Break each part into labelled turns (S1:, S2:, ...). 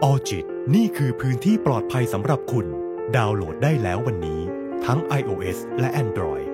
S1: ออจิตนี่คือพื้นที่ปลอดภัยสำหรับคุณดาวน์โหลดได้แล้ววันนี้ทั้ง iOS และ Android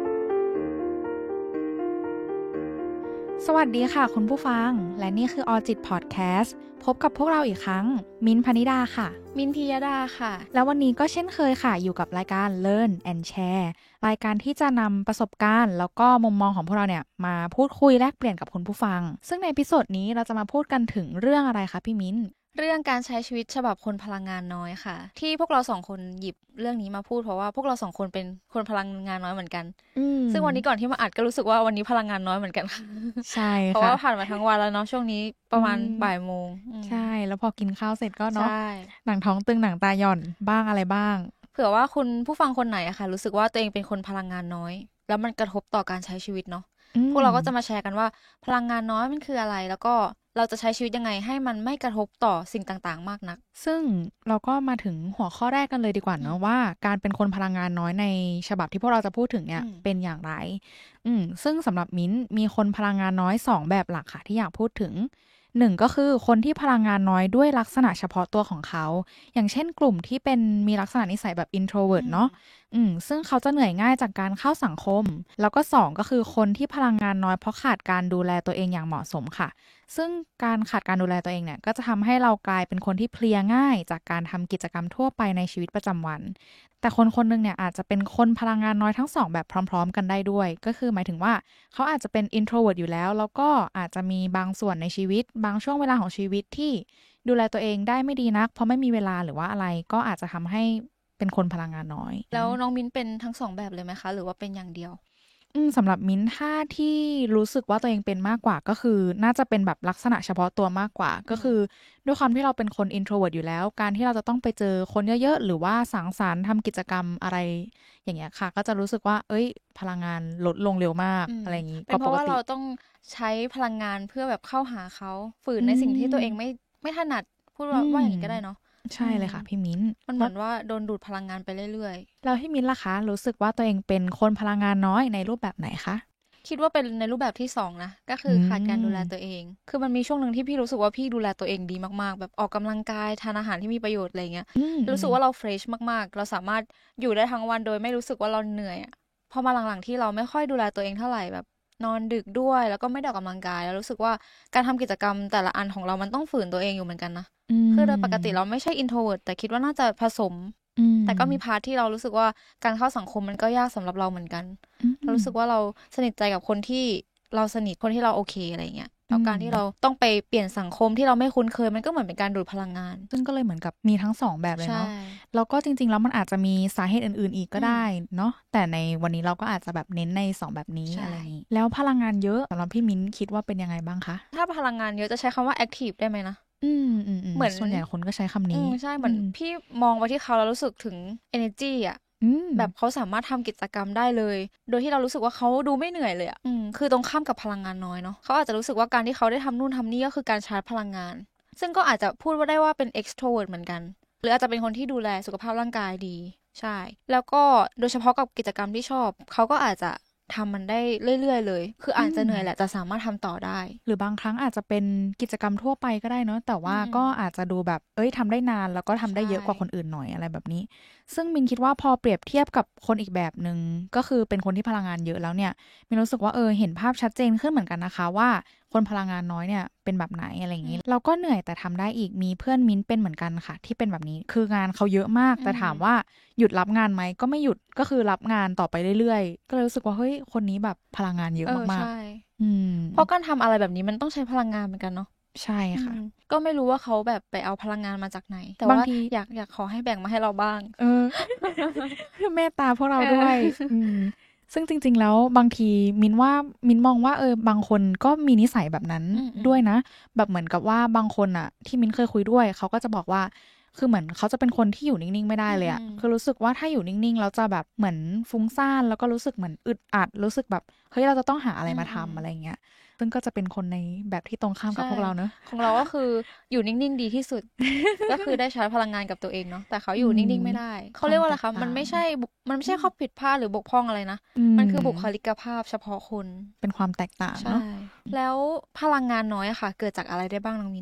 S2: สวัสดีค่ะคุณผู้ฟังและนี่คือออจิตพอดแคสต์พบกับพวกเราอีกครั้งมิ้นท์พนิดาค่ะ
S3: มินพิยดาค่ะ
S2: แล้ววันนี้ก็เช่นเคยค่ะอยู่กับรายการ Learn and Share รายการที่จะนำประสบการณ์แล้วก็มุมมองของพวกเราเนี่ยมาพูดคุยแลกเปลี่ยนกับคุณผู้ฟังซึ่งในเอพิโซดนี้เราจะมาพูดกันถึงเรื่องอะไรคะพี่มิ้นท์
S3: เรื่องการใช้ชีวิตฉบับคนพลังงานน้อยค่ะที่พวกเราสองคนหยิบเรื่องนี้มาพูดเพราะว่าพวกเราสองคนเป็นคนพลังงานน้อยเหมือนกันซึ่งวันนี้ก่อนที่มาอัดก็รู้สึกว่าวันนี้พลังงานน้อยเหมือนกันค่ะ
S2: ใช่ค่ะ
S3: เพราะว่าผ่านมาทั้งวันแล้วเนาะช่วงนี้ประมาณบ่ายโมง
S2: ใช่แล้วพอกินข้าวเสร็จก็เนาะหนังท้องตึงหนังตาหย่อนบ้างอะไรบ้าง
S3: เผื่อว่าคุณผู้ฟังคนไหนอะค่ะรู้สึกว่าตัวเองเป็นคนพลังงานน้อยแล้วมันกระทบต่อการใช้ชีวิตเนาะพวกเราก็จะมาแชร์กันว่าพลังงานน้อยมันคืออะไรแล้วก็เราจะใช้ชีวิตยังไงให้มันไม่กระทบต่อสิ่งต่างๆมากนัก
S2: ซึ่งเราก็มาถึงหัวข้อแรกกันเลยดีกว่าเนอะว่าการเป็นคนพลังงานน้อยในฉบับที่พวกเราจะพูดถึงเนี่ยเป็นอย่างไรซึ่งสำหรับมิ้นมีคนพลังงานน้อย2แบบหลักค่ะที่อยากพูดถึง1ก็คือคนที่พลังงานน้อยด้วยลักษณะเฉพาะตัวของเขาอย่างเช่นกลุ่มที่เป็นมีลักษณะนิสัยแบบ introvert เนาะซึ่งเขาจะเหนื่อยง่ายจากการเข้าสังคมแล้วก็2ก็คือคนที่พลังงานน้อยเพราะขาดการดูแลตัวเองอย่างเหมาะสมค่ะซึ่งการขาดการดูแลตัวเองเนี่ยก็จะทำให้เรากลายเป็นคนที่เพลียง่ายจากการทำกิจกรรมทั่วไปในชีวิตประจำวันแต่คนคนนึงเนี่ยอาจจะเป็นคนพลังงานน้อยทั้ง2แบบพร้อมๆกันได้ด้วยก็คือหมายถึงว่าเขาอาจจะเป็น introvert อยู่แล้วแล้วก็อาจจะมีบางส่วนในชีวิตบางช่วงเวลาของชีวิตที่ดูแลตัวเองได้ไม่ดีนักเพราะไม่มีเวลาหรือว่าอะไรก็อาจจะทำให้เป็นคนพลังงานน้อย
S3: แล้วน้องมิ้นเป็นทั้ง2แบบเลยไหมคะหรือว่าเป็นอย่างเดียว
S2: สำหรับมิ้นท่าที่รู้สึกว่าตัวเองเป็นมากกว่าก็คือน่าจะเป็นแบบลักษณะเฉพาะตัวมากกว่าก็คือด้วยความที่เราเป็นคน introvert อยู่แล้วการที่เราจะต้องไปเจอคนเยอะๆหรือว่าสังสรรค์ทำกิจกรรมอะไรอย่างเงี้ยค่ะก็จะรู้สึกว่าพลังงานลดลงเร็วมากอะไรอย่างงี้
S3: เป็นเพราะว่าเราต้องใช้พลังงานเพื่อแบบเข้าหาเขาฝืนในสิ่งที่ตัวเองไม่ถนัดพูดว่าอย่างนี้ก็ได้เนาะ
S2: ใช่เลยค่ะพี่มิ้น
S3: มันเหมือนว่าโดนดูดพลังงานไปเรื่อย
S2: ๆแล้วพี่มิ้นล่ะคะรู้สึกว่าตัวเองเป็นคนพลังงานน้อยในรูปแบบไหนคะ
S3: คิดว่าเป็นในรูปแบบที่2นะก็คือขาดการดูแลตัวเองคือมันมีช่วงนึงที่พี่รู้สึกว่าพี่ดูแลตัวเองดีมากๆแบบออกกำลังกายทานอาหารที่มีประโยชน์อะไรเงี้ยรู้สึกว่าเราเฟรชมากๆเราสามารถอยู่ได้ทั้งวันโดยไม่รู้สึกว่าเราเหนื่อยอะพอมาหลังๆที่เราไม่ค่อยดูแลตัวเองเท่าไหร่แบบนอนดึกด้วยแล้วก็ไม่ได้ออกกำลังกายแล้วรู้สึกว่าการทำกิจกรรมแต่ละอันของเรามันต้องฝืนตัวเองอยู่เหมือนกันนะคือโดยปกติเราไม่ใช่ introvert แต่คิดว่าน่าจะผสมแต่ก็มีพาร์ทที่เรารู้สึกว่าการเข้าสังคมมันก็ยากสำหรับเราเหมือนกันเรารู้สึกว่าเราสนิทใจกับคนที่เราสนิทคนที่เราโอเคอะไรเงี้ยแล้วการที่เราต้องไปเปลี่ยนสังคมที่เราไม่คุ้นเคยมันก็เหมือนเป็นการดูดพลังงาน
S2: ซึ่งก็เลยเหมือนกับมีทั้ง2แบบเลยเนาะแล้วก็จริงๆแล้วมันอาจจะมีสาเหตุอื่นๆอีกก็ได้เนาะแต่ในวันนี้เราก็อาจจะแบบเน้นใน2แบบนี้อะไรอย่างนี้แล้วพลังงานเยอะสำหรับพี่มิ้นคิดว่าเป็นยังไงบ้างคะ
S3: ถ้าพลังงานเยอะจะใช้คำว่า active ได้ไหมนะ
S2: เหมือนส่วนใหญ่คนก็ใช้คำนี้
S3: ใช่เหมือนพี่มองไปที่เขาแล้วรู้สึกถึง energy อ่ะแบบเขาสามารถทำกิจกรรมได้เลยโดยที่เรารู้สึกว่าเขาดูไม่เหนื่อยเลยอ่ะคือตรงข้ามกับพลังงานน้อยเนาะเขาอาจจะรู้สึกว่าการที่เขาได้ทำนู่นทำนี่ก็คือการชาร์จพลังงานซึ่งก็อาจจะพูดว่าได้ว่าเป็น extrovert เหมือนกันหรืออาจจะเป็นคนที่ดูแลสุขภาพร่างกายดีใช่แล้วก็โดยเฉพาะกับกิจกรรมที่ชอบเขาก็อาจจะทำมันได้เรื่อยๆเลยคืออาจจะเหนื่อยแหละแต่สามารถทำต่อได้
S2: หรือบางครั้งอาจจะเป็นกิจกรรมทั่วไปก็ได้เนาะแต่ว่าก็อาจจะดูแบบทำได้นานแล้วก็ทำได้เยอะกว่าคนอื่นหน่อยอะไรแบบนี้ซึ่งมินคิดว่าพอเปรียบเทียบกับคนอีกแบบนึงก็คือเป็นคนที่พลังงานเยอะแล้วเนี่ยมินรู้สึกว่าเห็นภาพชัดเจนขึ้นเหมือนกันนะคะว่าคนพลังงานน้อยเนี่ยเป็นแบบไหนอะไรอย่างนี้เราก็เหนื่อยแต่ทำได้อีกมีเพื่อนมิ้นเป็นเหมือนกันค่ะที่เป็นแบบนี้คืองานเขาเยอะมากแต่ถามว่าหยุดรับงานไหมก็ไม่หยุดก็คือรับงานต่อไปเรื่อยๆก็เลยรู้สึกว่าเฮ้ยคนนี้แบบพลังงานเยอะมาก
S3: ๆเพราะการทำอะไรแบบนี้มันต้องใช้พลังงานเหมือนกันเนาะ
S2: ใช่ค่ะ
S3: ก็ไม่รู้ว่าเขาแบบไปเอาพลังงานมาจากไหนแต่ว่าอยากขอให้แบ่งมาให้เราบ้าง
S2: คือเมตตาพวกเราด้วยซึ่งจริงๆแล้วบางทีมินมองว่าบางคนก็มีนิสัยแบบนั้นด้วยนะแบบเหมือนกับว่าบางคนอะที่มินเคยคุยด้วยเขาก็จะบอกว่าคือเหมือนเขาจะเป็นคนที่อยู่นิ่งๆไม่ได้เลยอะคือรู้สึกว่าถ้าอยู่นิ่งๆแล้วจะแบบเหมือนฟุ้งซ่านแล้วก็รู้สึกเหมือนอึดอัดรู้สึกแบบเฮ้ยเราจะต้องหาอะไรมาทำอะไรเงี้ยซึ่งก็จะเป็นคนในแบบที่ตรงข้ามกับพวกเราเนอะ
S3: ของเราก็คืออยู่นิ่งๆดีที่สุด ก็คือได้ใช้พลังงานกับตัวเองเนาะแต่เขาอยู่นิ่งๆไม่ได้เขาเรียกว่าอะไรคะมันไม่ใช่ข้อผิดพลาดหรือบกพร่องอะไรนะมันคือบุคลิกภาพเฉพาะคน
S2: เป็นความแตกต่างเนาะ
S3: แล้วพลังงานน้อยอะค่ะเกิดจากอะไรได้บ้างน้องมิน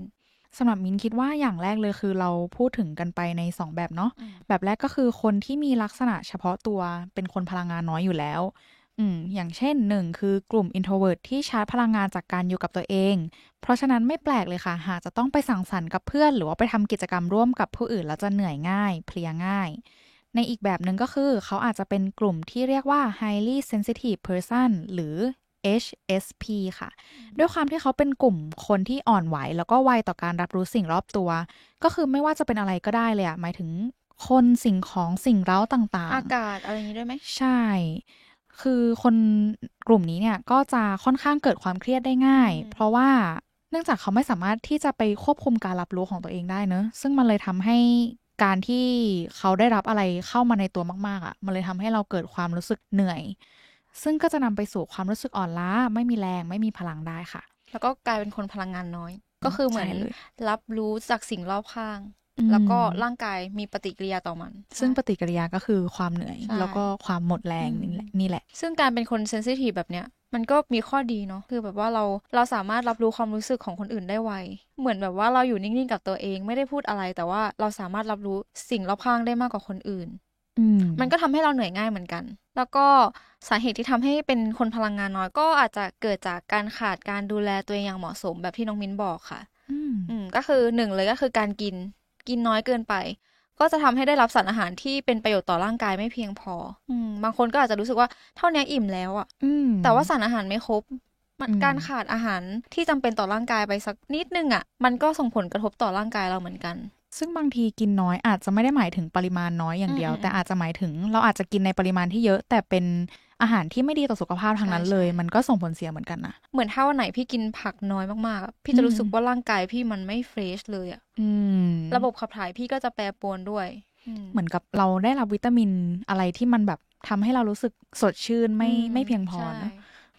S2: สำหรับมิ้นคิดว่าอย่างแรกเลยคือเราพูดถึงกันไปใน2แบบเนาะแบบแรกก็คือคนที่มีลักษณะเฉพาะตัวเป็นคนพลังงานน้อยอยู่แล้วอย่างเช่น1คือกลุ่ม introvert ที่ชาร์จพลังงานจากการอยู่กับตัวเองเพราะฉะนั้นไม่แปลกเลยค่ะหากจะต้องไปสังสรรค์กับเพื่อนหรือว่าไปทำกิจกรรมร่วมกับผู้อื่นแล้วจะเหนื่อยง่ายเพลียง่ายในอีกแบบหนึ่งก็คือเขาอาจจะเป็นกลุ่มที่เรียกว่า highly sensitive person หรือ HSP ค่ะด้วยความที่เขาเป็นกลุ่มคนที่อ่อนไหวแล้วก็ไวต่อการรับรู้สิ่งรอบตัวก็คือไม่ว่าจะเป็นอะไรก็ได้เลยอะหมายถึงคนสิ่งของสิ่งเร้าต่างๆ
S3: อากาศอะไรอย่างนี้ด้วยไหม
S2: ใช่คือคนกลุ่มนี้เนี่ยก็จะค่อนข้างเกิดความเครียดได้ง่ายเพราะว่าเนื่องจากเขาไม่สามารถที่จะไปควบคุมการรับรู้ของตัวเองได้เนอะซึ่งมันเลยทำให้การที่เขาได้รับอะไรเข้ามาในตัวมากๆอ่ะมันเลยทำให้เราเกิดความรู้สึกเหนื่อยซึ่งก็จะนำไปสู่ความรู้สึกอ่อนล้าไม่มีแรงไม่มีพลังได้ค่ะ
S3: แล้วก็กลายเป็นคนพลังงานน้อยก็คือเหมือนรับรู้จากสิ่งรอบข้างแล้วก็ร่างกายมีปฏิกิริยาต่อมัน
S2: ซึ่งปฏิกิริยาก็คือความเหนื่อยแล้วก็ความหมดแรงนี่แหละ
S3: ซึ่งการเป็นคนเซนซิทีฟแบบเนี้ยมันก็มีข้อดีเนาะคือแบบว่าเราสามารถรับรู้ความรู้สึกของคนอื่นได้ไวเหมือนแบบว่าเราอยู่นิ่งๆกับตัวเองไม่ได้พูดอะไรแต่ว่าเราสามารถรับรู้สิ่งรอบข้างได้มากกว่าคนอื่นมันก็ทำให้เราเหนื่อยง่ายเหมือนกันแล้วก็สาเหตุที่ทำให้เป็นคนพลังงานน้อยก็อาจจะเกิดจากการขาดการดูแลตัวเองอย่างเหมาะสมแบบที่น้องมิ้นบอกค่ะก็คือ1เลยก็คือการกินน้อยเกินไปก็จะทำให้ได้รับสารอาหารที่เป็นประโยชน์ต่อร่างกายไม่เพียงพอบางคนก็อาจจะรู้สึกว่าเท่านี้อิ่มแล้วอ่ะแต่ว่าสารอาหารไม่ครบการขาดอาหารที่จำเป็นต่อร่างกายไปสักนิดนึงอ่ะมันก็ส่งผลกระทบต่อร่างกายเราเหมือนกัน
S2: ซึ่งบางทีกินน้อยอาจจะไม่ได้หมายถึงปริมาณน้อยอย่างเดียวแต่อาจจะหมายถึงเราอาจจะกินในปริมาณที่เยอะแต่เป็นอาหารที่ไม่ดีต่อสุขภาพทางนั้นเลยมันก็ส่งผลเสียเหมือนกันนะ
S3: เหมือนถ้าวันไหนพี่กินผักน้อยมากๆพี่จะรู้สึกว่าร่างกายพี่มันไม่เฟรชเลยอ่ะระบบขับถ่ายพี่ก็จะแปรปรวนด้วย
S2: เหมือนกับเราได้รับวิตามินอะไรที่มันแบบทำให้เรารู้สึกสดชื่นไม่เพียงพอนะ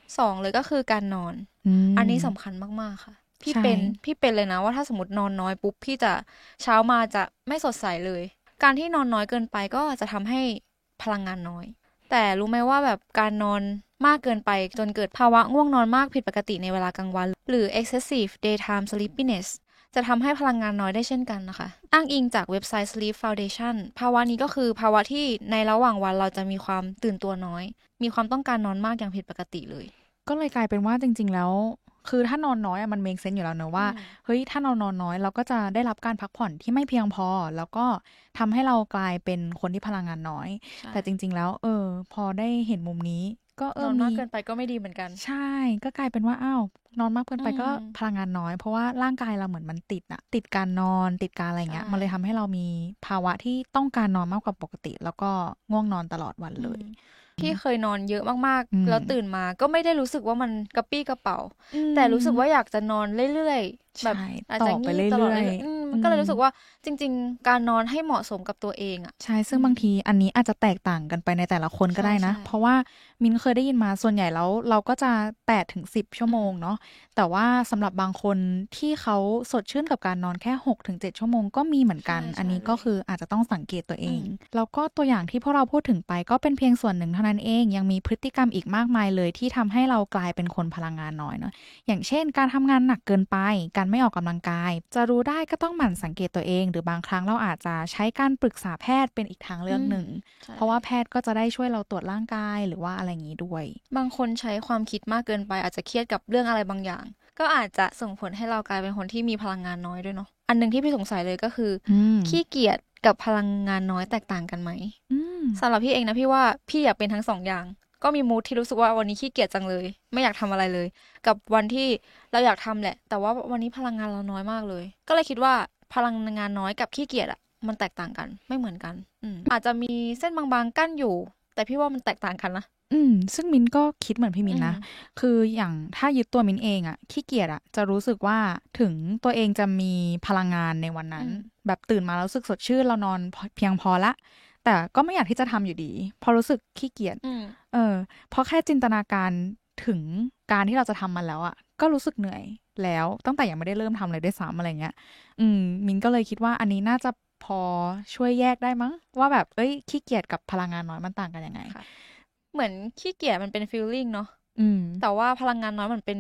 S3: 2เลยก็คือการนอนอันนี้สำคัญมากๆค่ะพี่เป็นเลยนะว่าถ้าสมมตินอนน้อยปุ๊บพี่จะเช้ามาจะไม่สดใสเลยการที่นอนน้อยเกินไปก็จะทำให้พลังงานน้อยแต่รู้ไหมว่าแบบการนอนมากเกินไปจนเกิดภาวะง่วงนอนมากผิดปกติในเวลากลางวันหรือ excessive daytime sleepiness จะทำให้พลังงานน้อยได้เช่นกันนะคะอ้างอิงจากเว็บไซต์ Sleep Foundation ภาวะนี้ก็คือภาวะที่ในระหว่างวันเราจะมีความตื่นตัวน้อยมีความต้องการนอนมากอย่างผิดปกติเลย
S2: ก็เลยกลายเป็นว่าจริงๆแล้วคือถ้านอนน้อยมันเมคเซนส์อยู่แล้วเนอะว่าเฮ้ยถ้าเรานอนน้อยเราก็จะได้รับการพักผ่อนที่ไม่เพียงพอแล้วก็ทำให้เรากลายเป็นคนที่พลังงานน้อยแต่จริงๆแล้วพอได้เห็นมุมนี้ก็
S3: นอนมากเกินไปก็ไม่ดีเหมือนกัน
S2: ใช่ก็กลายเป็นว่าอ้าวนอนมากเกินไปก็พลังงานน้อยเพราะว่าร่างกายเราเหมือนมันติดการนอนติดการอะไรเงี้ยมันเลยทำให้เรามีภาวะที่ต้องการนอนมากกว่าปกติแล้วก็ง่วงนอนตลอดวันเลย
S3: ที่เคยนอนเยอะมากๆแล้วตื่นมาก็ไม่ได้รู้สึกว่ามันกระปี้กระเป๋าแต่รู้สึกว่าอยากจะนอนเรื่อยๆแบบอาจจะงีบตลอดเลยก็เลยรู้สึกว่าจริงๆการนอนให้เหมาะสมกับตัวเองอ่ะ
S2: ใช่ซึ่งบางทีอันนี้อาจจะแตกต่างกันไปในแต่ละคนก็ได้นะเพราะว่ามิ้นเคยได้ยินมาส่วนใหญ่แล้วเราก็จะ8 ถึง 10 ชั่วโมงเนาะแต่ว่าสำหรับบางคนที่เขาสดชื่นกับการนอนแค่6 ถึง 7 ชั่วโมงก็มีเหมือนกันอันนี้ก็คืออาจจะต้องสังเกตตัวเองแล้วก็ตัวอย่างที่พวกเราพูดถึงไปก็เป็นเพียงส่วนหนึ่งเท่านั้นเองยังมีพฤติกรรมอีกมากมายเลยที่ทำให้เรากลายเป็นคนพลังงานน้อยเนาะอย่างเช่นการทำงานหนักเกินไปการไม่ออกกำลังกายจะรู้ได้ก็ต้องหมั่นสังเกตตัวเองหรือบางครั้งเราอาจจะใช้การปรึกษาแพทย์เป็นอีกทางเลือกหนึ่งเพราะว่าแพทย์ก็จะได้ช่วยเราตรวจร่างกายหรือว่าอะไรอย่างนี้ด้วย
S3: บางคนใช้ความคิดมากเกินไปอาจจะเครียดกับเรื่องอะไรบางอย่างก็อาจจะส่งผลให้เรากลายเป็นคนที่มีพลังงานน้อยด้วยเนาะอันนึงที่พี่สงสัยเลยก็คือขี้เกียจกับพลังงานน้อยแตกต่างกันไหมสำหรับพี่เองนะพี่ว่าพี่อยากเป็นทั้ง2 อย่างก็มีมูดที่รู้สึกว่าวันนี้ขี้เกียจจังเลยไม่อยากทำอะไรเลยกับวันที่เราอยากทำแหละแต่ว่าวันนี้พลังงานเราน้อยมากเลยก็เลยคิดว่าพลังงานน้อยกับขี้เกียจอ่ะมันแตกต่างกันไม่เหมือนกันอาจจะมีเส้นบางๆกั้นอยู่แต่พี่ว่ามันแตกต่างกันนะ
S2: ซึ่งมิ้นก็คิดเหมือนพี่มิ้นนะคืออย่างถ้ายึดตัวมิ้นเองอ่ะขี้เกียจอ่ะจะรู้สึกว่าถึงตัวเองจะมีพลังงานในวันนั้นแบบตื่นมาแล้วรู้สึกสดชื่นเรานอนเพียงพอละแต่ก็ไม่อยากที่จะทำอยู่ดีพอรู้สึกขี้เกียจเพราะแค่จินตนาการถึงการที่เราจะทำมันแล้วอ่ะก็รู้สึกเหนื่อยแล้วตั้งแต่ยังไม่ได้เริ่มทำเลยด้วยซ้ำอะไรเงี้ยมิ้นก็เลยคิดว่าอันนี้น่าจะพอช่วยแยกได้มั้งว่าแบบขี้เกียจกับพลังงานน้อยมันต่างกันยังไง
S3: เหมือนขี้เกียจมันเป็น feeling เนาะแต่ว่าพลังงานน้อยมันเป็น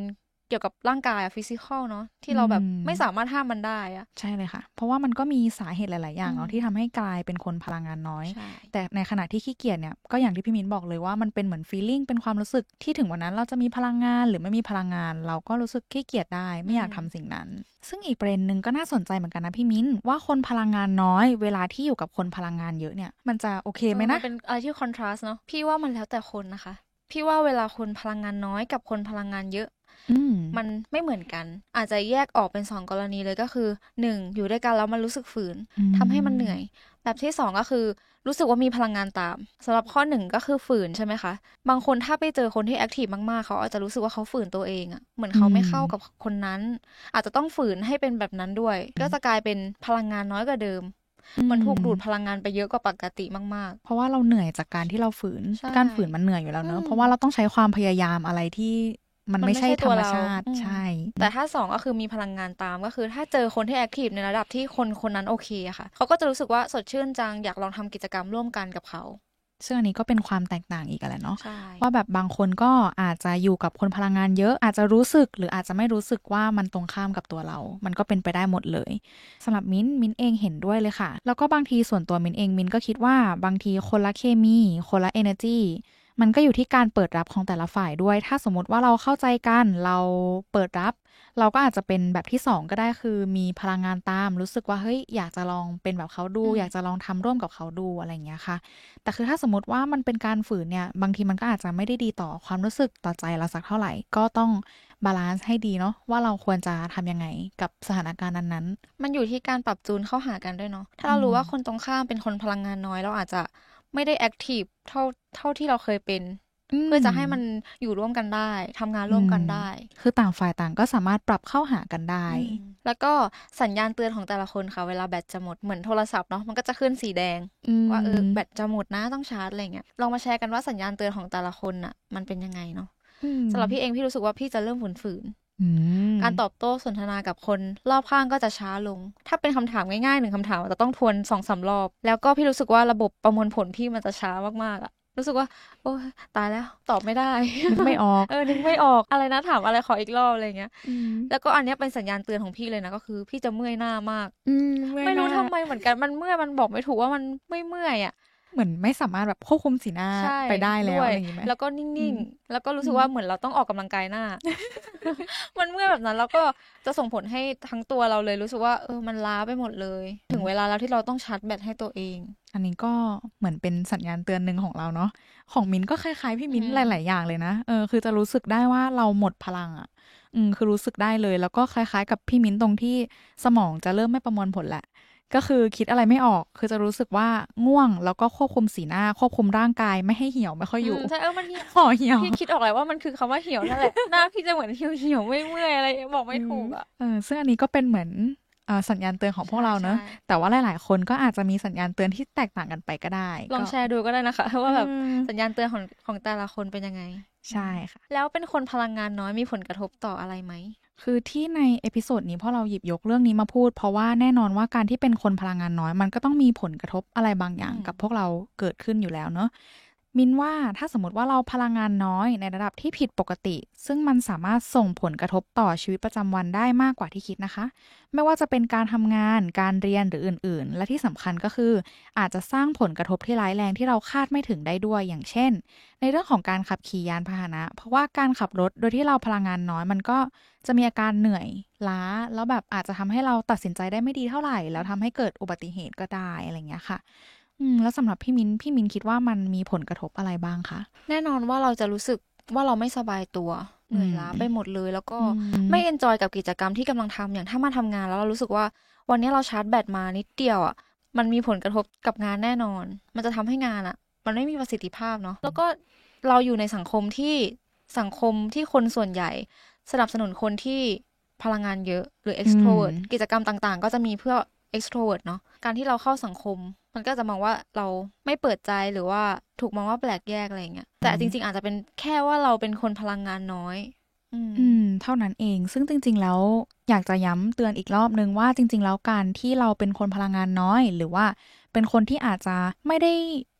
S3: เกี่ยวกับร่างกายฟิสิกอลเนาะที่เราแบบไม่สามารถห้ามมันได้อะ
S2: ใช่เลยค่ะเพราะว่ามันก็มีสาเหตุหลายๆอย่างเนาะที่ทำให้กลายเป็นคนพลังงานน้อยแต่ในขณะที่ขี้เกียจเนี่ยก็อย่างที่พี่มิ้นบอกเลยว่ามันเป็นเหมือน feeling เป็นความรู้สึกที่ถึงวันนั้นเราจะมีพลังงานหรือไม่มีพลังงานเราก็รู้สึกขี้เกียจได้ไม่อยากทำสิ่งนั้นซึ่งอีกประเด็นนึงก็น่าสนใจเหมือนกันนะพี่มิ้นว่าคนพลังงานน้อยเวลาที่อยู่กับคนพลังงานเยอะเนี่ยมันจะโอเคไหมนะ
S3: เป็นอะไรที่คอนทราสต์เนาะพี่ว่ามันแล้วแต่คนนะคะพี่ว่าเวลาคนพลังงานน้อยกับคนพลังงานเยอะมันไม่เหมือนกันอาจจะแยกออกเป็น2กรณีเลยก็คือ1อยู่ด้วยกันแล้วมันรู้สึกฝืนทำให้มันเหนื่อยแบบที่2ก็คือรู้สึกว่ามีพลังงานตามสำหรับข้อ1ก็คือฝืนใช่ไหมคะบางคนถ้าไปเจอคนที่แอคทีฟมากๆเขาอาจจะรู้สึกว่าเขาฝืนตัวเองอะเหมือนเขาไม่เข้ากับคนนั้นอาจจะต้องฝืนให้เป็นแบบนั้นด้วยก็จะกลายเป็นพลังงานน้อยกว่าเดิมมันถูกดูดพลังงานไปเยอะกว่าปกติมาก
S2: ๆเพราะว่าเราเหนื่อยจากการที่เราฝืนการฝืนมันเหนื่อยอยู่แล้วเนอะเพราะว่าเราต้องใช้ความพยายามอะไรที่มันไม่ใช่ธรรมชาติใช่
S3: แต่ถ้า2ก็คือมีพลังงานตามก็คือถ้าเจอคนที่แอคทีฟในระดับที่คนนั้นโอเคอะค่ะเขาก็จะรู้สึกว่าสดชื่นจังอยากลองทำกิจกรรมร่วมกันกับเขา
S2: ซึ่งอันนี้ก็เป็นความแตกต่างอีกแหละเนาะว่าแบบบางคนก็อาจจะอยู่กับคนพลังงานเยอะอาจจะรู้สึกหรืออาจจะไม่รู้สึกว่ามันตรงข้ามกับตัวเรามันก็เป็นไปได้หมดเลยสำหรับมิ้นเองเห็นด้วยเลยค่ะแล้วก็บางทีส่วนตัวมิ้นเองมิ้นก็คิดว่าบางทีคนละเคมีคนละ energyมันก็อยู่ที่การเปิดรับของแต่ละฝ่ายด้วยถ้าสมมติว่าเราเข้าใจกันเราเปิดรับเราก็อาจจะเป็นแบบที่2ก็ได้คือมีพลังงานตามรู้สึกว่าเฮ้ยอยากจะลองเป็นแบบเขาดูอยากจะลองทำร่วมกับเขาดูอะไรอย่างเงี้ยค่ะแต่คือถ้าสมมติว่ามันเป็นการฝืนเนี่ยบางทีมันก็อาจจะไม่ได้ดีต่อความรู้สึกต่อใจเราสักเท่าไหร่ก็ต้องบาลานซ์ให้ดีเนาะว่าเราควรจะทำยังไงกับสถานการณ์นั้น
S3: ๆมันอยู่ที่การปรับจูนเข้าหากันด้วยเนาะถ้าเรารู้ว่าคนตรงข้ามเป็นคนพลังงานน้อยเราอาจจะไม่ได้แอคทีฟเท่าที่เราเคยเป็นเพื่อจะให้มันอยู่ร่วมกันได้ทำงานร่วมกันได้
S2: คือต่างฝ่ายต่างก็สามารถปรับเข้าหากันได้
S3: แล้วก็สัญญาณเตือนของแต่ละคนค่ะเวลาแบตจะหมดเหมือนโทรศัพท์เนาะมันก็จะขึ้นสีแดงว่าแบตจะหมดนะต้องชาร์จอะไรเงี้ยลองมาแชร์กันว่าสัญญาณเตือนของแต่ละคนน่ะมันเป็นยังไงเนาะสำหรับพี่เองพี่รู้สึกว่าพี่จะเริ่มฝืนการตอบโต้สนทนากับคนรอบข้างก็จะช้าลงถ้าเป็นคำถามง่ายๆ1คำถามจะต้องทวน 2-3 รอบแล้วก็พี่รู้สึกว่าระบบประมวลผลพี่มันจะช้ามากๆอะรู้สึกว่าโอ้ตายแล้วตอบไม่ได้
S2: นึกไม่ออก
S3: นึกไม่ออกอะไรนะถามอะไรขออีกรอบอะไรเงี้ยแล้วก็อันนี้เป็นสัญญาณเตือนของพี่เลยนะก็คือพี่จะเมื่อยหน้ามากไม่รู้ทำไมเหมือนกันมันเมื่อยมันบอกไม่ถูกว่ามันไม่เมื่อยอ่ะ
S2: เหมือนไม่สามารถแบบควบคุมสีหน้าไปได้แล้วอะไรอย่างงี้ไหม
S3: แล้วก็นิ่งๆแล้วก็รู้สึกว่าเหมือนเราต้องออกกำลังกายหน้า มันเมื่อยแบบนั้นแล้วก็จะส่งผลให้ทั้งตัวเราเลยรู้สึกว่ามันล้าไปหมดเลยถึงเวลาแล้วที่เราต้องชาร์จแบตให้ตัวเอง
S2: อันนี้ก็เหมือนเป็นสัญญาณเตือนหนึ่งของเราเนาะของมิ้นก็คล้ายๆพี่มิ้นหลายๆอย่างเลยนะคือจะรู้สึกได้ว่าเราหมดพลังอ่ะคือรู้สึกได้เลยแล้วก็คล้ายๆกับพี่มิ้นตรงที่สมองจะเริ่มไม่ประมวลผลแหละก็คือคิดอะไรไม่ออกคือจะรู้สึกว่าง่วงแล้วก็ควบคุมสีหน้าควบคุมร่างกายไม่ให้เหี่ยวไม่ค่อยอยู่
S3: ใช่มัน
S2: ห่อเหี่ยว
S3: พี่คิดออกแล้วว่ามันคือคำว่าเหี่ยวนั่นแหละหน้าพี่จะเหมือนเหี่ยวไม่เมื่อยอะไรบอกไม่ถูกอ่ะ
S2: ซึ่งอันนี้ก็เป็นเหมือนสัญญาณเตือนของพวกเราเนอะแต่ว่าหลายๆคนก็อาจจะมีสัญญาณเตือนที่แตกต่างกันไปก็ได้
S3: ลองแชร์ดูก็ได้นะคะว่าแบบสัญญาณเตือนของแต่ละคนเป็นยังไง
S2: ใช่ค่ะ
S3: แล้วเป็นคนพลังงานน้อยมีผลกระทบต่ออะไรไหม
S2: คือที่ในเอพิโซดนี้พอเราหยิบยกเรื่องนี้มาพูดเพราะว่าแน่นอนว่าการที่เป็นคนพลังงานน้อยมันก็ต้องมีผลกระทบอะไรบางอย่างกับพวกเราเกิดขึ้นอยู่แล้วเนอะมินว่าถ้าสมมติว่าเราพลังงานน้อยในระดับที่ผิดปกติซึ่งมันสามารถส่งผลกระทบต่อชีวิตประจำวันได้มากกว่าที่คิดนะคะไม่ว่าจะเป็นการทำงานการเรียนหรืออื่นๆและที่สำคัญก็คืออาจจะสร้างผลกระทบที่ร้ายแรงที่เราคาดไม่ถึงได้ด้วยอย่างเช่นในเรื่องของการขับขี่ยานพาหนะเพราะว่าการขับรถโดยที่เราพลังงานน้อยมันก็จะมีอาการเหนื่อยล้าแล้วแบบอาจจะทำให้เราตัดสินใจได้ไม่ดีเท่าไหร่แล้วทำให้เกิดอุบัติเหตุก็ได้อะไรอย่างเงี้ยค่ะแล้วสำหรับพี่มิ้นคิดว่ามันมีผลกระทบอะไรบ้างคะ
S3: แน่นอนว่าเราจะรู้สึกว่าเราไม่สบายตัวเหนื่อยล้าไปหมดเลยแล้วก็ไม่เอนจอยกับกิจกรรมที่กำลังทำอย่างถ้ามาทำงานแล้วเรารู้สึกว่าวันนี้เราชาร์จแบตมานิดเดียวอ่ะมันมีผลกระทบกับงานแน่นอนมันจะทำให้งานอ่ะมันไม่มีประสิทธิภาพเนาะแล้วก็เราอยู่ในสังคมที่คนส่วนใหญ่สนับสนุนคนที่พลังงานเยอะหรือ extrovert กิจกรรมต่างๆก็จะมีเพื่อ extrovert เนาะการที่เราเข้าสังคมมันก็จะมองว่าเราไม่เปิดใจหรือว่าถูกมองว่าแปลกแยกอะไรอย่างเงี้ยแต่จริงๆอาจจะเป็นแค่ว่าเราเป็นคนพลังงานน้อย
S2: เท่านั้นเองซึ่งจริงๆแล้วอยากจะย้ำเตือนอีกรอบนึงว่าจริงๆแล้วการที่เราเป็นคนพลังงานน้อยหรือว่าเป็นคนที่อาจจะไม่ได้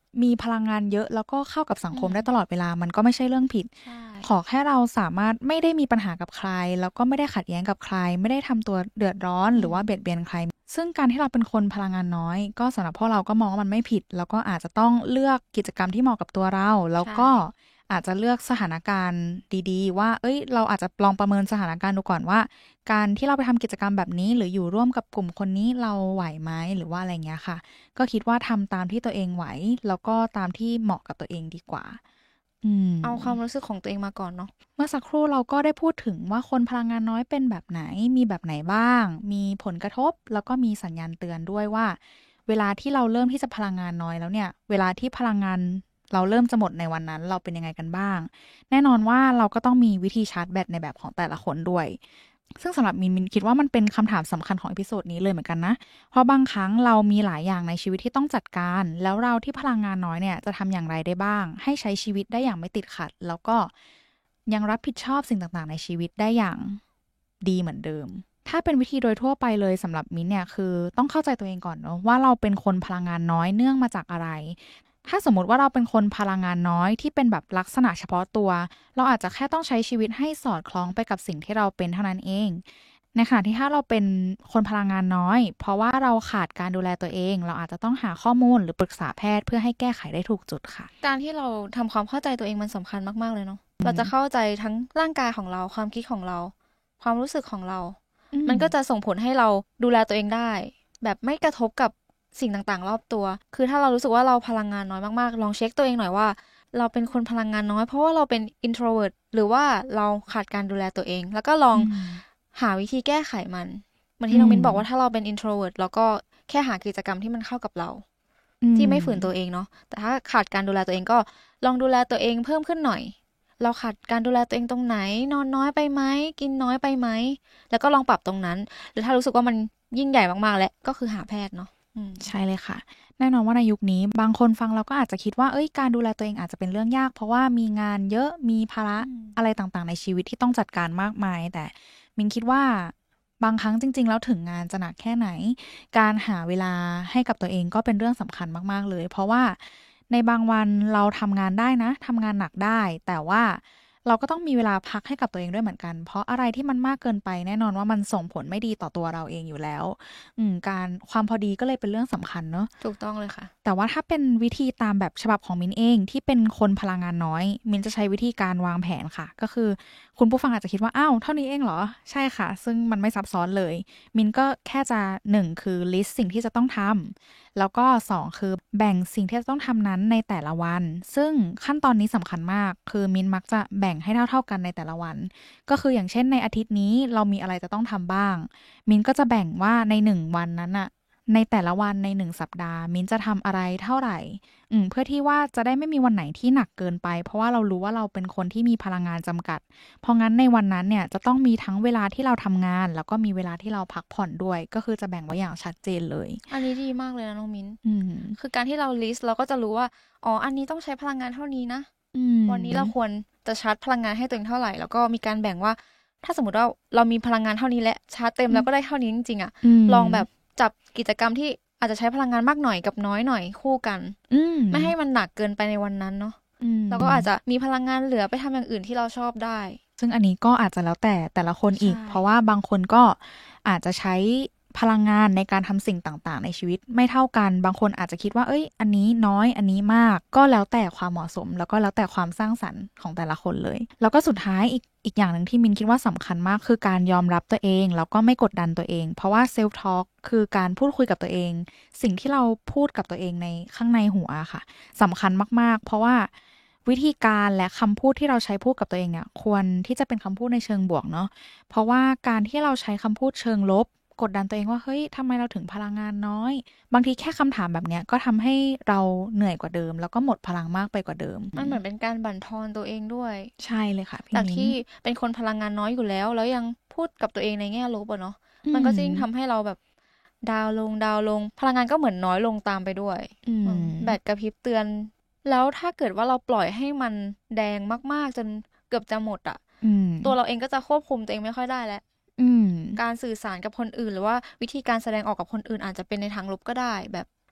S2: มีพลังงานเยอะแล้วก็เข้ากับสังคมได้ตลอดเวลามันก็ไม่ใช่เรื่องผิดขอแค่เราสามารถไม่ได้มีปัญหากับใครแล้วก็ไม่ได้ขัดแย้งกับใครไม่ได้ทำตัวเดือดร้อนหรือว่าเบียดเบียนใครซึ่งการที่เราเป็นคนพลังงานน้อยก็สำหรับพวกเราก็มองว่ามันไม่ผิดแล้วก็อาจจะต้องเลือกกิจกรรมที่เหมาะกับตัวเราแล้วก็อาจจะเลือกสถานการณ์ดีๆว่าเราอาจจะลองประเมินสถานการณ์ดูก่อนว่าการที่เราไปทำกิจกรรมแบบนี้หรืออยู่ร่วมกับกลุ่มคนนี้เราไหวไหมหรือว่าอะไรเงี้ยค่ะก็คิดว่าทำตามที่ตัวเองไหวแล้วก็ตามที่เหมาะกับตัวเองดีกว่า
S3: เอาความรู้สึกของตัวเองมาก่อนเนาะ
S2: เมื่อสักครู่เราก็ได้พูดถึงว่าคนพลังงานน้อยเป็นแบบไหนมีแบบไหนบ้างมีผลกระทบแล้วก็มีสัญญาณเตือนด้วยว่าเวลาที่เราเริ่มที่จะพลังงานน้อยแล้วเนี่ยเวลาที่พลังงานเราเริ่มจะหมดในวันนั้นเราเป็นยังไงกันบ้างแน่นอนว่าเราก็ต้องมีวิธีชาร์จแบตในแบบของแต่ละคนด้วยซึ่งสำหรับมินคิดว่ามันเป็นคำถามสำคัญของอีพิโซดนี้เลยเหมือนกันนะเพราะบางครั้งเรามีหลายอย่างในชีวิตที่ต้องจัดการแล้วเราที่พลังงานน้อยเนี่ยจะทำอย่างไรได้บ้างให้ใช้ชีวิตได้อย่างไม่ติดขัดแล้วก็ยังรับผิดชอบสิ่งต่างๆในชีวิตได้อย่างดีเหมือนเดิมถ้าเป็นวิธีโดยทั่วไปเลยสำหรับมินเนี่ยคือต้องเข้าใจตัวเองก่อนเนาะว่าเราเป็นคนพลังงานน้อยเนื่องมาจากอะไรถ้าสมมติว่าเราเป็นคนพลังงานน้อยที่เป็นแบบลักษณะเฉพาะตัวเราอาจจะแค่ต้องใช้ชีวิตให้สอดคล้องไปกับสิ่งที่เราเป็นเท่านั้นเองในขณะที่ถ้าเราเป็นคนพลังงานน้อยเพราะว่าเราขาดการดูแลตัวเองเราอาจจะต้องหาข้อมูลหรือปรึกษาแพทย์เพื่อให้แก้ไขได้ถูกจุดค่ะ
S3: การที่เราทำความเข้าใจตัวเองมันสำคัญมากๆเลยเนาะเราจะเข้าใจทั้งร่างกายของเราความคิดของเราความรู้สึกของเรามันก็จะส่งผลให้เราดูแลตัวเองได้แบบไม่กระทบกับสิ่งต่างๆรอบตัวคือถ้าเรารู้สึกว่าเราพลังงานน้อยมากๆลองเช็คตัวเองหน่อยว่าเราเป็นคนพลังงานน้อยเพราะว่าเราเป็น introvert หรือว่าเราขาดการดูแลตัวเองแล้วก็ลองหาวิธีแก้ไขมันเหมือนที่น้องมิ้นบอกว่าถ้าเราเป็น introvert เราก็แค่หากิจกรรมที่มันเข้ากับเราที่ไม่ฝืนตัวเองเนาะแต่ถ้าขาดการดูแลตัวเองก็ลองดูแลตัวเองเพิ่มขึ้นหน่อยเราขาดการดูแลตัวเองตรงไหนนอนน้อยไปไหมกินน้อยไปไหมแล้วก็ลองปรับตรงนั้นหรือถ้ารู้สึกว่ามันยิ่งใหญ่มากๆแล้วก็คือหาแพทย์เนาะ
S2: ใช่เลยค่ะแน่นอนว่าในยุคนี้บางคนฟังเราก็อาจจะคิดว่าการดูแลตัวเองอาจจะเป็นเรื่องยากเพราะว่ามีงานเยอะมีภาระอะไรต่างๆในชีวิตที่ต้องจัดการมากมายแต่มินคิดว่าบางครั้งจริงๆแล้วถึงงานจะหนักแค่ไหนการหาเวลาให้กับตัวเองก็เป็นเรื่องสำคัญมากๆเลยเพราะว่าในบางวันเราทำงานได้นะทำงานหนักได้แต่ว่าเราก็ต้องมีเวลาพักให้กับตัวเองด้วยเหมือนกันเพราะอะไรที่มันมากเกินไปแน่นอนว่ามันส่งผลไม่ดีต่อตัวเราเองอยู่แล้วการความพอดีก็เลยเป็นเรื่องสำคัญเนอะ
S3: ถูกต้องเลยค่ะ
S2: แต่ว่าถ้าเป็นวิธีตามแบบฉบับของมินเองที่เป็นคนพลังงานน้อยมินจะใช้วิธีการวางแผนค่ะก็คือคุณผู้ฟังอาจจะคิดว่าอ้าวเท่านี้เองเหรอใช่ค่ะซึ่งมันไม่ซับซ้อนเลยมินก็แค่จะ1คือ list สิ่งที่จะต้องทำแล้วก็2คือแบ่งสิ่งที่จะต้องทำนั้นในแต่ละวันซึ่งขั้นตอนนี้สำคัญมากคือมินมักจะแบ่งให้เท่ากันในแต่ละวันก็คืออย่างเช่นในอาทิตย์นี้เรามีอะไรจะต้องทำบ้างมินก็จะแบ่งว่าใน1วันนั้นอะในแต่ละวันใน1สัปดาห์มินจะทำอะไรเท่าไหร่เพื่อที่ว่าจะได้ไม่มีวันไหนที่หนักเกินไปเพราะว่าเรารู้ว่าเราเป็นคนที่มีพลังงานจำกัดเพราะงั้นในวันนั้นเนี่ยจะต้องมีทั้งเวลาที่เราทำงานแล้วก็มีเวลาที่เราพักผ่อนด้วยก็คือจะแบ่งไว้อย่างชัดเจนเลย
S3: อันนี้ดีมากเลยนะน้องมิ้นคือการที่เรา list เราก็จะรู้ว่าอ๋ออันนี้ต้องใช้พลังงานเท่านี้นะวันนี้เราควรจะชาร์จพลังงานให้ตัวเองเท่าไหร่แล้วก็มีการแบ่งว่าถ้าสมมติว่าเรามีพลังงานเท่านี้และชาร์จเต็มแล้วก็ได้เท่านี้จริงๆอะลองแบบจับกิจกรรมที่อาจจะใช้พลังงานมากหน่อยกับน้อยหน่อยคู่กันไม่ให้มันหนักเกินไปในวันนั้นเนาะแล้วก็อาจจะมีพลังงานเหลือไปทำอย่างอื่นที่เราชอบได้
S2: ซึ่งอันนี้ก็อาจจะแล้วแต่ละคนอีกเพราะว่าบางคนก็อาจจะใช้พลังงานในการทำสิ่งต่างๆในชีวิตไม่เท่ากันบางคนอาจจะคิดว่าอันนี้น้อยอันนี้มากก็แล้วแต่ความเหมาะสมแล้วก็แล้วแต่ความสร้างสรรค์ของแต่ละคนเลยแล้วก็สุดท้ายอีกอย่างหนึ่งที่มินคิดว่าสำคัญมากคือการยอมรับตัวเองแล้วก็ไม่กดดันตัวเองเพราะว่าเซลฟ์ทอล์กคือการพูดคุยกับตัวเองสิ่งที่เราพูดกับตัวเองในข้างในหัวค่ะสำคัญมากๆเพราะว่าวิธีการและคำพูดที่เราใช้พูดกับตัวเองเนี่ยควรที่จะเป็นคำพูดในเชิงบวกเนาะเพราะว่าการที่เราใช้คำพูดเชิงลบกดดันตัวเองว่าเฮ้ยทำไมเราถึงพลังงานน้อยบางทีแค่คำถามแบบเนี้ยก็ทำให้เราเหนื่อยกว่าเดิมแล้วก็หมดพลังมากไปกว่าเดิม
S3: มันเหมือนเป็นการบั่นทอนตัวเองด้วย
S2: ใช่เลยค่ะ
S3: จากที่เป็นคนพลังงานน้อยอยู่แล้วยังพูดกับตัวเองในแง่ลบอะเนาะมันก็ยิ่งทำให้เราแบบดาวลงพลังงานก็เหมือนน้อยลงตามไปด้วยแบตกระพริบเตือนแล้วถ้าเกิดว่าเราปล่อยให้มันแดงมากๆจนเกือบจะหมดอะตัวเราเองก็จะควบคุมตัวเองไม่ค่อยได้แล้วการสื่อสารกับคนอื่นหรือว่าวิธีการแสดงออกกับคนอื่นอาจจะเป็นในทางลบก็ได้แบบ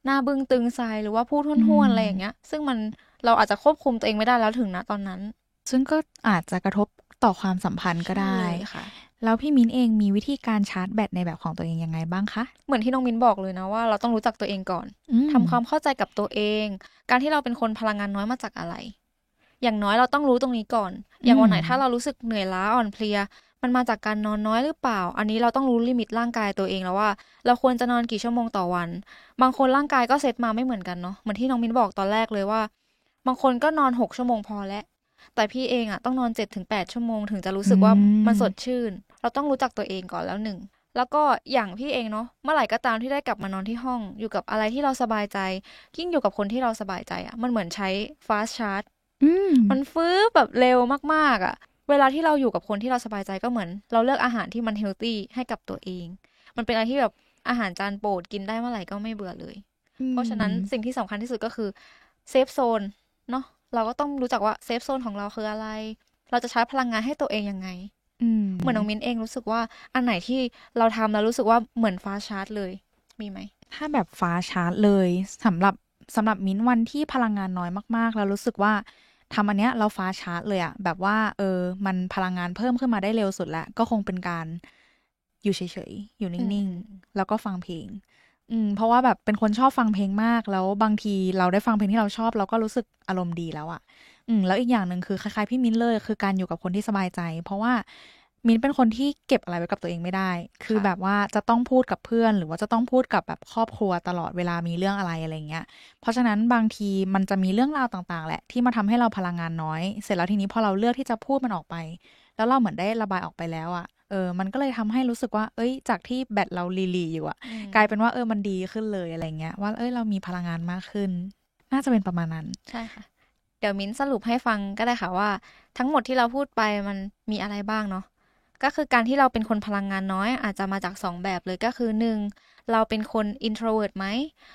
S3: หน้าบึ้งตึงใส่หรือว่าพูดห้วนๆอะไรอย่างเงี้ยซึ่งเราอาจจะควบคุมตัวเองไม่ได้แล้วถึงนะตอนนั้น
S2: ซึ่งก็อาจจะกระทบต่อความสัมพันธ์ก็ได้
S3: ค่ะ
S2: แล้วพี่มิ้นเองมีวิธีการชาร์จแบตในแบบของตัวเองยังไงบ้างคะ
S3: เหมือนที่น้องมิ้นบอกเลยนะว่าเราต้องรู้จักตัวเองก่อนทำความเข้าใจกับตัวเองการที่เราเป็นคนพลังงานน้อยมาจากอะไรอย่างน้อยเราต้องรู้ตรงนี้ก่อนอย่างวันไหนถ้าเรารู้สึกเหนื่อยล้าอ่อนเพลียมันมาจากการนอนน้อยหรือเปล่าอันนี้เราต้องรู้ลิมิตร่างกายตัวเองแล้วว่าเราควรจะนอนกี่ชั่วโมงต่อวันบางคนร่างกายก็เซตมาไม่เหมือนกันเนาะเหมือนที่น้องมิ้นบอกตอนแรกเลยว่าบางคนก็นอน6ชั่วโมงพอแล้วแต่พี่เองอ่ะต้องนอน 7-8 ชั่วโมงถึงจะรู้สึกว่ามันสดชื่นเราต้องรู้จักตัวเองก่อนแล้วหนึ่งแล้วก็อย่างพี่เองเนาะเมื่อไหร่ก็ตามที่ได้กลับมานอนที่ห้องอยู่กับอะไรที่เราสบายใจยิ่งอยู่กับคนที่เราสบายใจอ่ะมันเหมือนใช้ fast charge มันฟื้นแบบเร็วมากๆอ่ะเวลาที่เราอยู่กับคนที่เราสบายใจก็เหมือนเราเลือกอาหารที่มันเฮลตี้ให้กับตัวเองมันเป็นอะไรที่แบบอาหารจานโปรดกินได้เมื่อไหร่ก็ไม่เบื่อเลยเพราะฉะนั้นสิ่งที่สำคัญที่สุดก็คือเซฟโซนเนาะเราก็ต้องรู้จักว่าเซฟโซนของเราคืออะไรเราจะใช้พลังงานให้ตัวเองยังไงเหมือนน้องมิ้นเองรู้สึกว่าอันไหนที่เราทำแล้วรู้สึกว่าเหมือนฟ้าชาร์จเลยมีไหม
S2: ถ้าแบบฟ้าชาร์จเลยสำหรับมิ้นวันที่พลังงานน้อยมากๆแล้วรู้สึกว่าทำอันเนี้ยเราฟ้าชาร์จเลยอะแบบว่ามันพลังงานเพิ่มขึ้นมาได้เร็วสุดแล้วก็คงเป็นการอยู่เฉยๆอยู่นิ่งๆแล้วก็ฟังเพลงเพราะว่าแบบเป็นคนชอบฟังเพลงมากแล้วบางทีเราได้ฟังเพลงที่เราชอบเราก็รู้สึกอารมณ์ดีแล้วอะแล้วอีกอย่างหนึ่งคือคล้ายๆพี่มิ้นเลยคือการอยู่กับคนที่สบายใจเพราะว่ามิ้นเป็นคนที่เก็บอะไรไว้กับตัวเองไม่ได้คือแบบว่าจะต้องพูดกับเพื่อนหรือว่าจะต้องพูดกับแบบครอบครัวตลอดเวลามีเรื่องอะไรเงี้ยเพราะฉะนั้นบางทีมันจะมีเรื่องราวต่างๆแหละที่มาทำให้เราพลังงานน้อยเสร็จแล้วทีนี้พอเราเลือกที่จะพูดมันออกไปแล้วเราเหมือนได้ระบายออกไปแล้วอะมันก็เลยทำให้รู้สึกว่าจากที่แบตเราลีอยู่อะกลายเป็นว่ามันดีขึ้นเลยอะไรเงี้ยว่าเรามีพลังงานมากขึ้นน่าจะเป็นประมาณนั้น
S3: ใช่ค่ะเดี๋ยวมิ้นสรุปให้ฟังก็ได้ค่ะว่าทั้งหมดที่เราพูดไปมันมีอะไรบ้างเนาะก็คือการที่เราเป็นคนพลังงานน้อยอาจจะมาจาก2แบบเลยก็คือ1เราเป็นคน introvert ไหม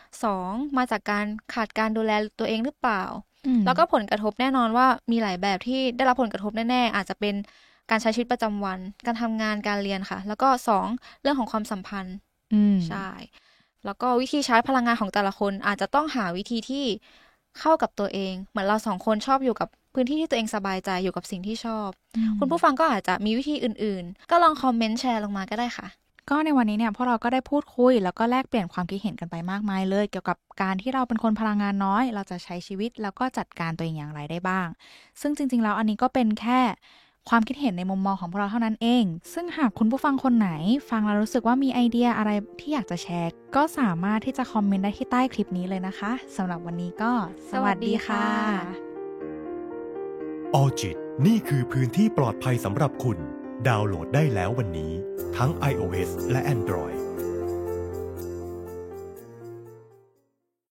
S3: 2มาจากการขาดการดูแลตัวเองหรือเปล่าแล้วก็ผลกระทบแน่นอนว่ามีหลายแบบที่ได้รับผลกระทบแน่ๆอาจจะเป็นการใช้ชีวิตประจำวันการทำงานการเรียนค่ะแล้วก็2เรื่องของความสัมพันธ์ใช่แล้วก็วิธีใช้พลังงานของแต่ละคนอาจจะต้องหาวิธีที่เข้ากับตัวเองเหมือนเรา2คนชอบอยู่กับพื้นที่ที่ตัวเองสบายใจอยู่กับสิ่งที่ชอบคุณผู้ฟังก็อาจจะมีวิธีอื่นๆก็ลองคอมเมนต์แชร์ลงมาก็ได้ค่ะ
S2: ก็ในวันนี้เนี่ยพวกเราก็ได้พูดคุยแล้วก็แลกเปลี่ยนความคิดเห็นกันไปมากมายเลยเกี่ยวกับการที่เราเป็นคนพลังงานน้อยเราจะใช้ชีวิตแล้วก็จัดการตัวเองอย่างไรได้บ้างซึ่งจริงๆแล้วอันนี้ก็เป็นแค่ความคิดเห็นในมุมมองของพวกเราเท่านั้นเองซึ่งหากคุณผู้ฟังคนไหนฟังแล้วรู้สึกว่ามีไอเดียอะไรที่อยากจะแชร์ก็สามารถที่จะคอมเมนต์ได้ที่ใต้คลิปนี้เลยนะคะสำหรับวันนี้ก็สวัสดีค่ะ
S1: ออจิตนี่คือพื้นที่ปลอดภัยสำหรับคุณดาวน์โหลดได้แล้ววันนี้ทั้ง iOS และ Android